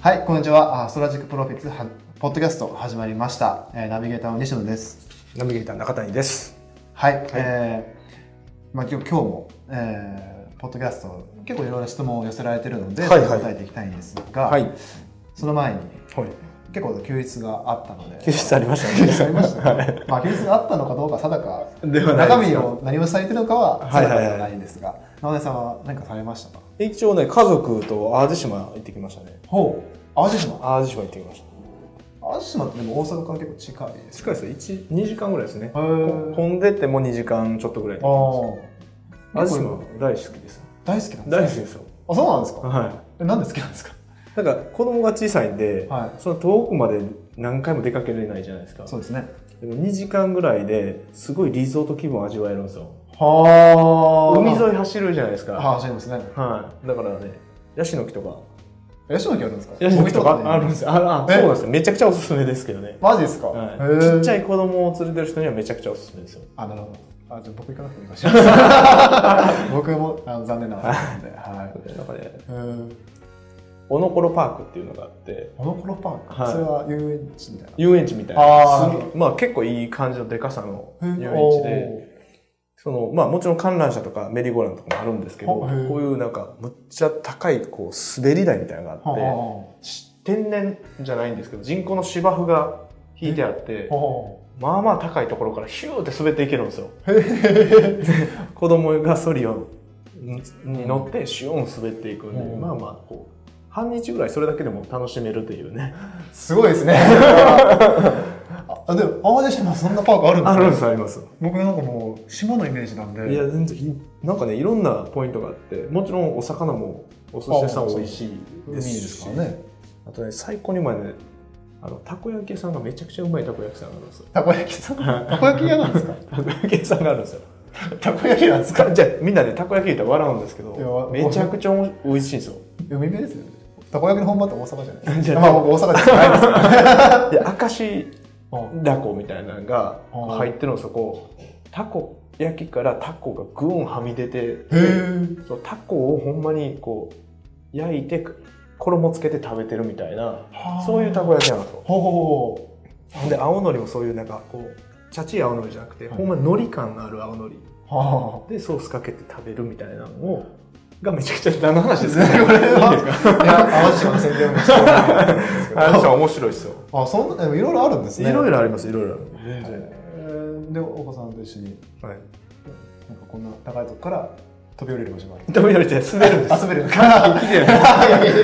はい、こんにちは。ストラテジックプロフィッツポッドキャスト始まりました。ナビゲーターの西野です。 ナビゲーター中谷です。 はい、今日も、ポッドキャスト結構いろいろ質問を寄せられているので、答えていきたいんですが、その前に、結構休日があったので。 休日ありましたね。休日ありましたね。 休日があったのかどうか定かではない、 中身を何をされているのかは定かではないんですが、直根さんは何かされましたか？ 一応ね、家族と淡路島行ってきましたね。 ほう、淡路島行ってきました。 淡路島ってでも大阪から結構近いです。 近いですよ。2時間ぐらいですね。混んでても2時間ちょっとぐらいで行きます。淡路島大好きです。 大好きなんですか？ 大好きですよ。 あ、そうなんですか？ はい。 なんで好きなんですか？ なんか子供が小さいんで、その遠くまで何回も出かけれないじゃないですか。 そうですね。 でも2時間ぐらいですごいリゾート気分を味わえるんですよ。 はあ。 海沿い走るじゃないですか。 走りますね。 はい。だからね、ヤシの木とか。 ヤシの木あるんですか？ ヤシの木とかあるんですよ。そうなんですよ。めちゃくちゃおすすめですけどね。 マジですか？ ちっちゃい子供を連れてる人にはめちゃくちゃおすすめですよ。 なるほど。じゃあ僕行かなくてもいいかしら。僕も残念ながらなんで。はい。 なんかね、おのころパークっていうのがあって。 おのころパーク？それは遊園地みたいな？ 遊園地みたいな。まあ結構いい感じのでかさの遊園地で。もちろん観覧車とかメリーゴーランドとかもあるんですけど、こういうなんかむっちゃ高いこう滑り台みたいなのがあって、天然じゃないんですけど人工の芝生が引いてあって、まあまあ高いところからヒューって滑っていけるんですよ。子供がソリオに乗ってシューン滑っていくんで、まあまあこう半日ぐらいそれだけでも楽しめるというね。 すごいですね。でも淡路島そんなパークあるんですか？ あるんです、あります。 僕なんかもう島のイメージなんで。 いや全然なんかね、いろんなポイントがあって、もちろんお魚もお寿司屋さん美味しいですからね。あとね、最高にうまいね、たこ焼き屋さんがめちゃくちゃうまいたこ焼き屋さんがあるんですよ。 たこ焼きさん？たこ焼き屋なんですか？ たこ焼き屋さんがあるんですよ。 たこ焼きなんですか？ じゃあみんなでたこ焼き言ったら笑うんですけど、めちゃくちゃ美味しいんですよ。 海辺ですよね。たこ焼きの本場って大阪じゃないですか。まあ僕大阪じゃないですよ。明石だこみたいなのが入ってるの、そこたこ焼きからタコがグーンはみ出て、タコをほんまにこう焼いて衣つけて食べてるみたいな、そういうたこ焼きなんですよ。で青のりもそういうなんかこうチャチい青のりじゃなくて、ほんまに海苔感のある青のりでソースかけて食べるみたいなのをがめちゃくちゃ何の話ですかね。これはいや、淡路島の宣伝をしてるんですけど。淡路島面白いですよ。 そんな、いろいろあるんですね。 いろいろあります、いろいろある。全然。で、お子さんと一緒に、なんかこんな高いとこから飛び降りる場所がある。 飛び降りて滑るんです。 滑るのか。 聞いてない。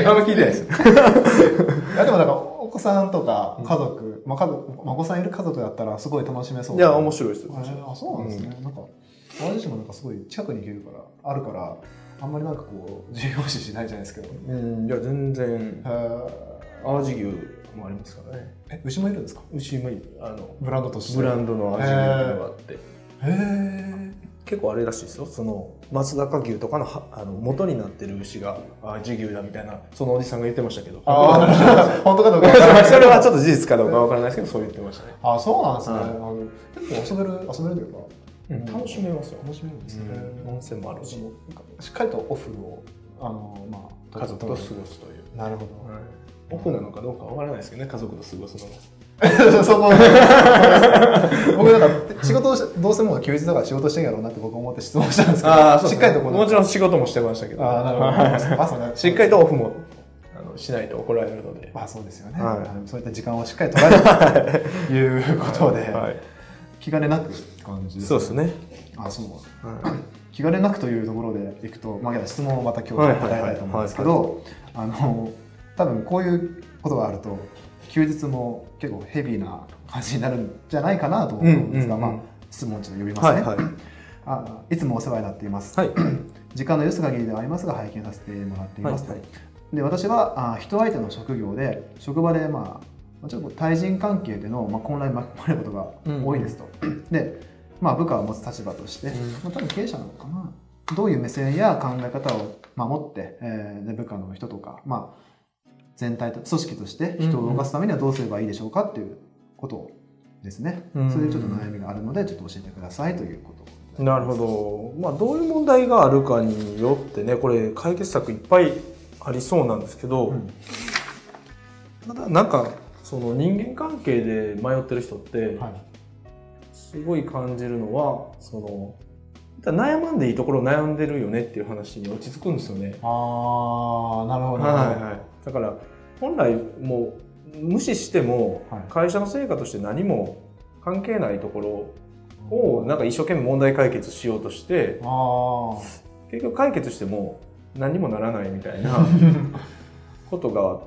あんま聞いてないです。 いや、でもなんか、お子さんとか家族、お子さんいる家族だったらすごい楽しめそう。 いや、面白いです。 そうなんですね。なんか、淡路島なんかすごい近くに行けるから、あるから、あんまりなんかこう重要視しないじゃないですけど。 いや全然淡路牛もありますからね。 牛もいるんですか？ 牛もブランドとして。 ブランドの淡路牛があって。結構あれらしいですよ。その松坂牛とかの元になってる牛が淡路牛だみたいな、そのおじさんが言ってましたけど。 本当かどうか。 それはちょっと事実かどうかわからないですけど、そう言ってましたね。 そうなんですね。結構遊べるというか。 楽しめますよ。 楽しめるんですね。 温泉もあるし、 しっかりとオフを家族と過ごすという。 なるほど。オフなのかどうかわからないですけどね、家族と過ごすのが。そこ。僕なんか仕事どうせもう休日だから仕事してんやろうなって僕思って質問したんですけど、しっかりともちろん仕事もしてましたけど。 なるほど。 しっかりとオフもしないと怒られるので。 そうですよね。そういった時間をしっかり取られるということで。気兼ねなく感じです。 そうですね。 気兼ねなくというところでいくと、質問をまた今日答えたいと思うんですけど、多分こういうことがあると休日も結構ヘビーな感じになるんじゃないかなと思うんですが、質問をちょっと呼びますね。いつもお世話になっています。時間の良す限りではありますが拝見させてもらっています。で、私は人相手の職業で職場でちょっと対人関係での混乱に巻き込まれることが多いですと。で、部下を持つ立場として、多分経営者なのかな。どういう目線や考え方を持って、部下の人とか、全体と組織として人を動かすためにはどうすればいいでしょうかっていうことですね。そういうちょっと悩みがあるので、ちょっと教えてくださいということ。 なるほど。どういう問題があるかによってね、これ解決策いっぱいありそうなんですけど、 ただなんかその人間関係で迷ってる人ってすごい感じるのは、その悩まんでいいところ悩んでるよねっていう話に落ち着くんですよね。 ああ、なるほど。 はいはい。だから本来もう無視しても会社の成果として何も関係ないところをなんか一生懸命問題解決しようとして、結局解決しても何にもならないみたいなことがあって、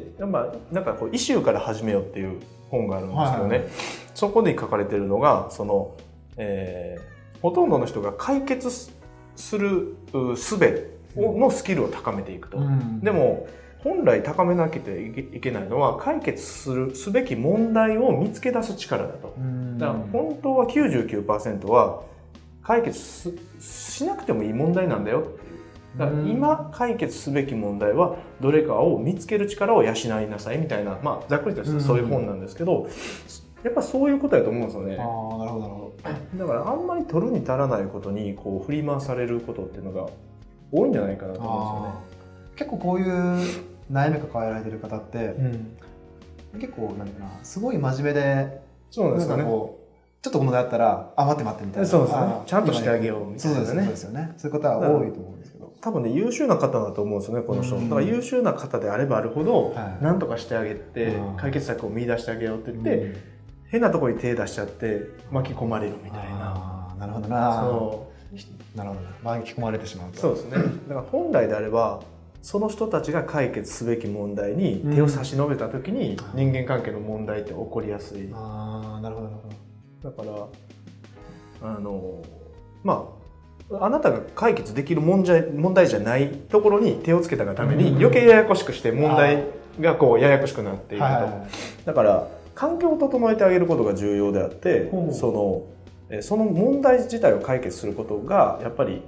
なんかこうイシューから始めようっていう本があるんですけどね、そこで書かれてるのがその、ほとんどの人が解決する術のスキルを高めていくと。でも本来高めなきゃいけないのは解決すべき問題を見つけ出す力だと。だから本当は 99% は解決しなくてもいい問題なんだよっていう。だから今解決すべき問題はどれかを見つける力を養いなさいみたいな、ざっくりとしたそういう本なんですけど、やっぱそういうことやと思うんですよね。 なるほどなるほど。だからあんまり取るに足らないことにこう振り回されることっていうのが多いんじゃないかなと思うんですよね。 結構こういう悩み抱えられてる方って、結構なんかな、すごい真面目で、 そうですよね。 ちょっとこの問題あったら、待って待ってみたいな。 そうですね。ちゃんとしてあげようみたいなね。 そうですよね。そういう方は多いと思うんですけど。 多分ね、優秀な方だと思うんですよね、この人。だから優秀な方であればあるほど、何とかしてあげて、解決策を見出してあげようって言って、変なところに手出しちゃって巻き込まれるみたいな。 なるほどな。なるほど。巻き込まれてしまうと。 そうですね。だから本来であれば、その人たちが解決すべき問題に手を差し伸べた時に人間関係の問題って起こりやすい。 なるほどなるほど。だからあなたが解決できる問題じゃないところに手をつけたがために余計ややこしくして問題がこうややこしくなっていると。だから環境を整えてあげることが重要であって、その問題自体を解決することがやっぱり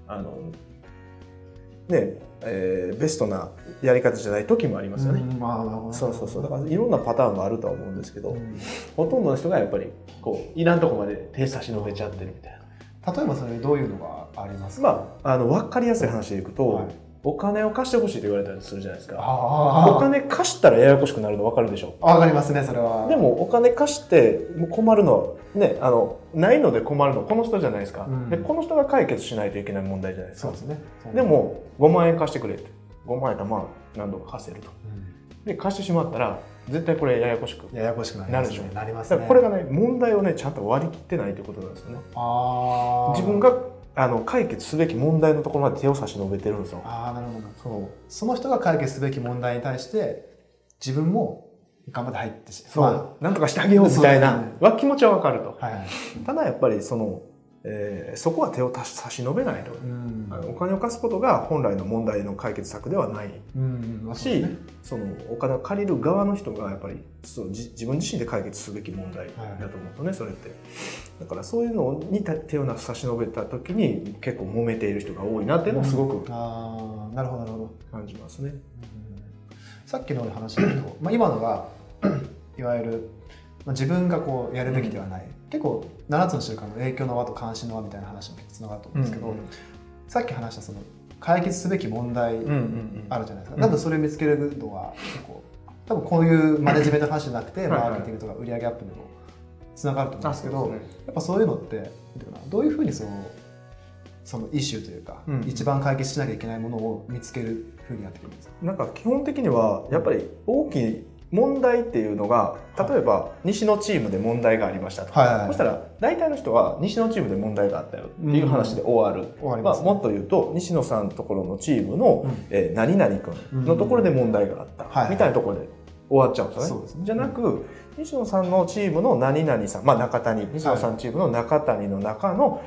ベストなやり方じゃない時もありますよね。そうだからいろんなパターンがあるとは思うんですけど、ほとんどの人がやっぱりこういらんとこまで手差し伸べちゃってるみたいな。 例えばそれどういうのがありますか？ 分かりやすい話でいくと、お金を貸してほしいと言われたりするじゃないですか。お金貸したらややこしくなるの分かるでしょ？ 分かりますね、それは。 でもお金貸して困るのね、ないので困るのこの人じゃないですか。でこの人が解決しないといけない問題じゃないですか。 そうですね。 でも5万円貸してくれって、5万円やったら何度か貸せると。で貸してしまったら絶対これややこしくなるでしょ。 なりますね。 これがね、問題をねちゃんと割り切ってないということなんですよね。自分が解決すべき問題のところまで手を差し伸べてるんですよ。 なるほど。その人が解決すべき問題に対して自分も頑張って入ってなんとかしてあげようみたいな気持ちはわかると。ただやっぱりそこは手を差し伸べないと、お金を貸すことが本来の問題の解決策ではないし、そのお金を借りる側の人がやっぱり自分自身で解決すべき問題だと思うとね、それって。だからそういうのに手を差し伸べた時に結構揉めている人が多いなっていうのはすごく感じますね。 さっきの話だと、今のがいわゆる自分がこうやるべきではない、結構7つの習慣の影響の輪と関心の輪みたいな話もつながると思うんですけど、さっき話したその解決すべき問題あるじゃないですか。なんでそれを見つけるのは結構多分こういうマネジメントの話じゃなくてマーケティングとか売上アップにもつながると思うんですけど、やっぱそういうのってどういうふうにそのイシューというか、一番解決しなきゃいけないものを見つけるふうにやってくるんですか？ なんか基本的にはやっぱり大きい問題っていうのが、例えば西のチームで問題がありましたと、そしたら大体の人は西のチームで問題があったよっていう話で終わる。もっと言うと西野さんのところのチームの何々君のところで問題があったみたいなところで終わっちゃうんですよね。じゃなく西野さんのチームの何々さん、中谷、西野さんチームの中谷の中の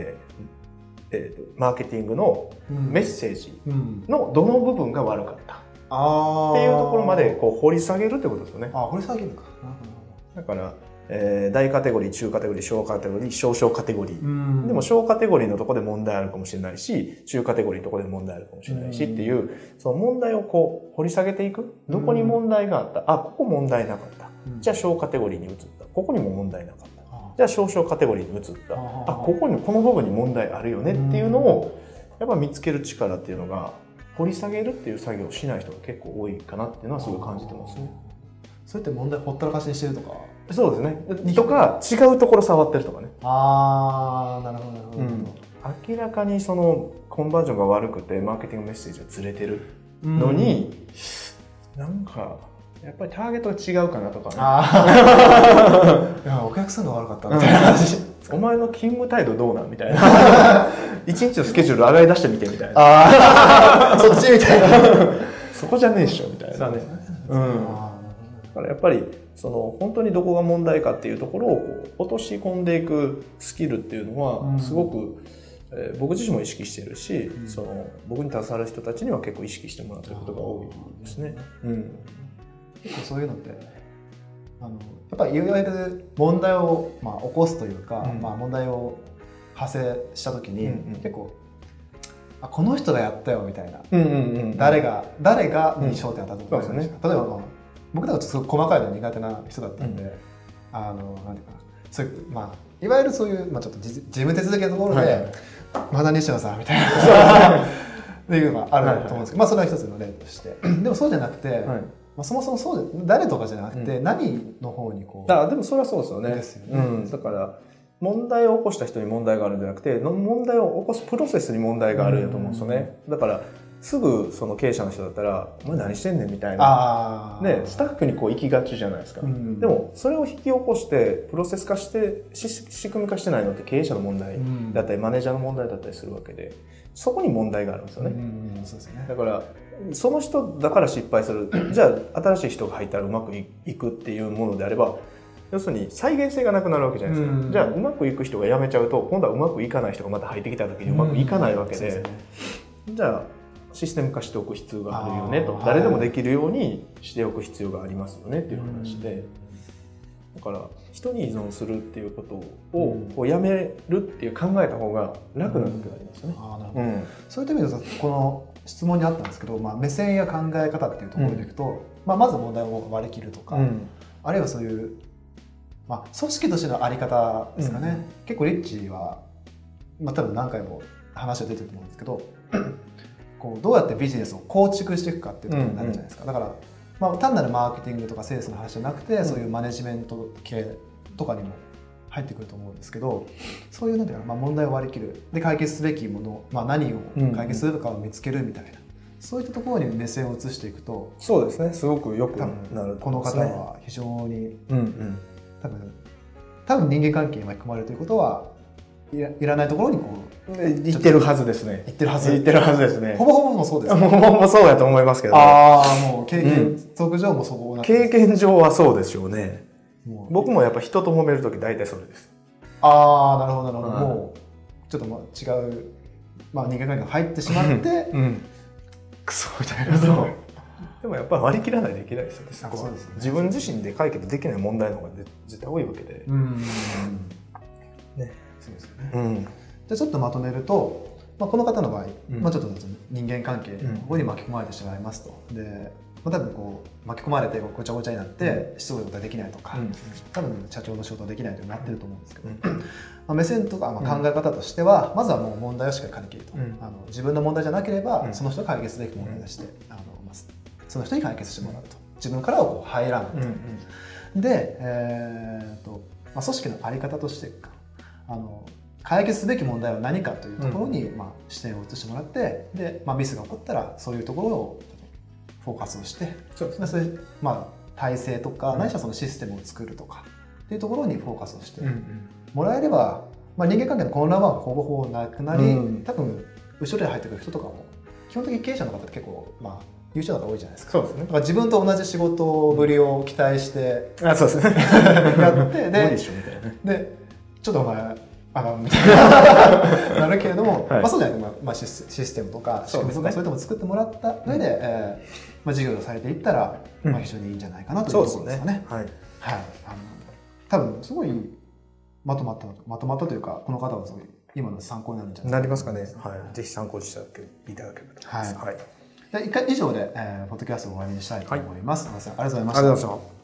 マーケティングのメッセージのどの部分が悪かったっていうところまでこう掘り下げるってことですよね。 掘り下げるか。 だから大カテゴリー、中カテゴリー、小カテゴリー、小々カテゴリー。でも小カテゴリーのところで問題あるかもしれないし、中カテゴリーのところで問題あるかもしれないしっていう、その問題をこう掘り下げていく。どこに問題があった？ここ問題なかった。じゃあ小カテゴリーに移った。ここにも問題なかった。じゃあ小々カテゴリーに移った。この部分に問題あるよねっていうのをやっぱ見つける力っていうのが、掘り下げるっていう作業をしない人が結構多いかなっていうのはすごい感じてますね。 それって問題ほったらかしにしてるとか。 そうですね。とか違うところ触ってるとかね。 ああ、なるほどなるほど。 明らかにそのコンバージョンが悪くてマーケティングメッセージがずれてるのに、なんかやっぱりターゲットが違うかなとかね。 いやお客さんが悪かったみたいな話。 お前の勤務態度どうなんみたいな。一日のスケジュール上がり出してみてみたいな。 そっちみたいな。 そこじゃねえっしょみたいなね。だからやっぱりその本当にどこが問題かっていうところをこう落とし込んでいくスキルっていうのはすごく、僕自身も意識してるし、その僕に携わる人たちには結構意識してもらってることが多いですね。 結構そういうのってやっぱりいわゆる問題を、起こすというか、問題を発生した時に、結構この人がやったよみたいな、誰がに焦点を当たると思うんですよ。例えば、僕らはすごく細かいの苦手な人だったんで、なんていうかな、そういういわゆるそういう、ちょっと事務手続きのところで、まだ西野さんみたいなっていうのがあると思うんですけど、それは一つの例として。でもそうじゃなくて、そもそもそう誰とかじゃなくて、何の方にこう。 でもそれはそうですよね。ですよね。だから問題を起こした人に問題があるんじゃなくて、問題を起こすプロセスに問題があると思うんですよね。だからすぐその経営者の人だったら「お前何してんねん」みたいな、ね、スタッフにこう行きがちじゃないですか。でもそれを引き起こしてプロセス化して仕組み化してないのって経営者の問題だったりマネージャーの問題だったりするわけで、そこに問題があるんですよね。だからその人だから失敗する、じゃあ新しい人が入ったらうまくいくっていうものであれば、要するに再現性がなくなるわけじゃないですか。じゃあうまくいく人が辞めちゃうと今度はうまくいかない人がまた入ってきた時にうまくいかないわけで、じゃあシステム化しておく必要があるよねと、誰でもできるようにしておく必要がありますよねっていう話で、だから人に依存するっていうことをこうやめるっていう考えた方が楽な時がありますよね。 そういった意味でこの質問にあったんですけど、目線や考え方っていうところでいくと、まず問題を割り切るとか、あるいはそういう、組織としての在り方ですかね。結構リッチは、多分何回も話が出てると思うんですけど、こうどうやってビジネスを構築していくかっていうところになるじゃないですか。だから、単なるマーケティングとかセールスの話じゃなくて、そういうマネジメント系とかにも入ってくると思うんですけど、そういうなんていうか、問題を割り切るで解決すべきもの、何を解決するかを見つけるみたいな、そういったところに目線を移していくと、 そうですね、すごくよくなる、 この方は非常に、多分人間関係に巻き込まれるということはいらないところにこう行ってるはずですね。 行ってるはずですね。 ほぼほぼもそうですね。 ほぼほぼそうやと思いますけど。 もう経験則上もそこな経験上はそうでしょうね。僕もやっぱ人と揉めるとき大体それです。 なるほどなるほど。もうちょっと違う人間関係が入ってしまってクソみたいな。 でもやっぱり割り切らないといけないですよね。 そうですね。 自分自身で解決できない問題の方が絶対多いわけで。 ね、そうですよね。じゃあちょっとまとめると、この方の場合、ちょっと人間関係ここに巻き込まれてしまいますと。で、多分こう巻き込まれてごちゃごちゃになってしつこいことができないとか、多分社長の仕事ができないとなってると思うんですけど、目線とか考え方としては、まずはもう問題をしっかり書き切ると。自分の問題じゃなければその人が解決すべき問題としてその人に解決してもらうと。自分からはこう入らないと。で、組織の在り方として解決すべき問題は何かというところに視点を移してもらって、で、ミスが起こったらそういうところをフォーカスをして、それ体制とかないしはそのシステムを作るとかっていうところにフォーカスをしてもらえれば、人間関係の混乱はほぼほぼなくなり、多分後ろで入ってくる人とかも基本的に経営者の方って結構優秀な方多いじゃないですか。 そうですね。 だから自分と同じ仕事ぶりを期待してそうですね。 やってでちょっとお前みたいななるけれども、そうじゃないと、システムとか仕組みとかそういうのも作ってもらった上で、事業をされていったら、非常にいいんじゃないかなというところですかね。多分すごいまとまったというか、この方はすごい今の参考になるんじゃないですか。 なりますかね。ぜひ参考にしていただければと思います。 1回以上でポッドキャストを終わりにしたいと思います。ありがとうございました。 ありがとうございました。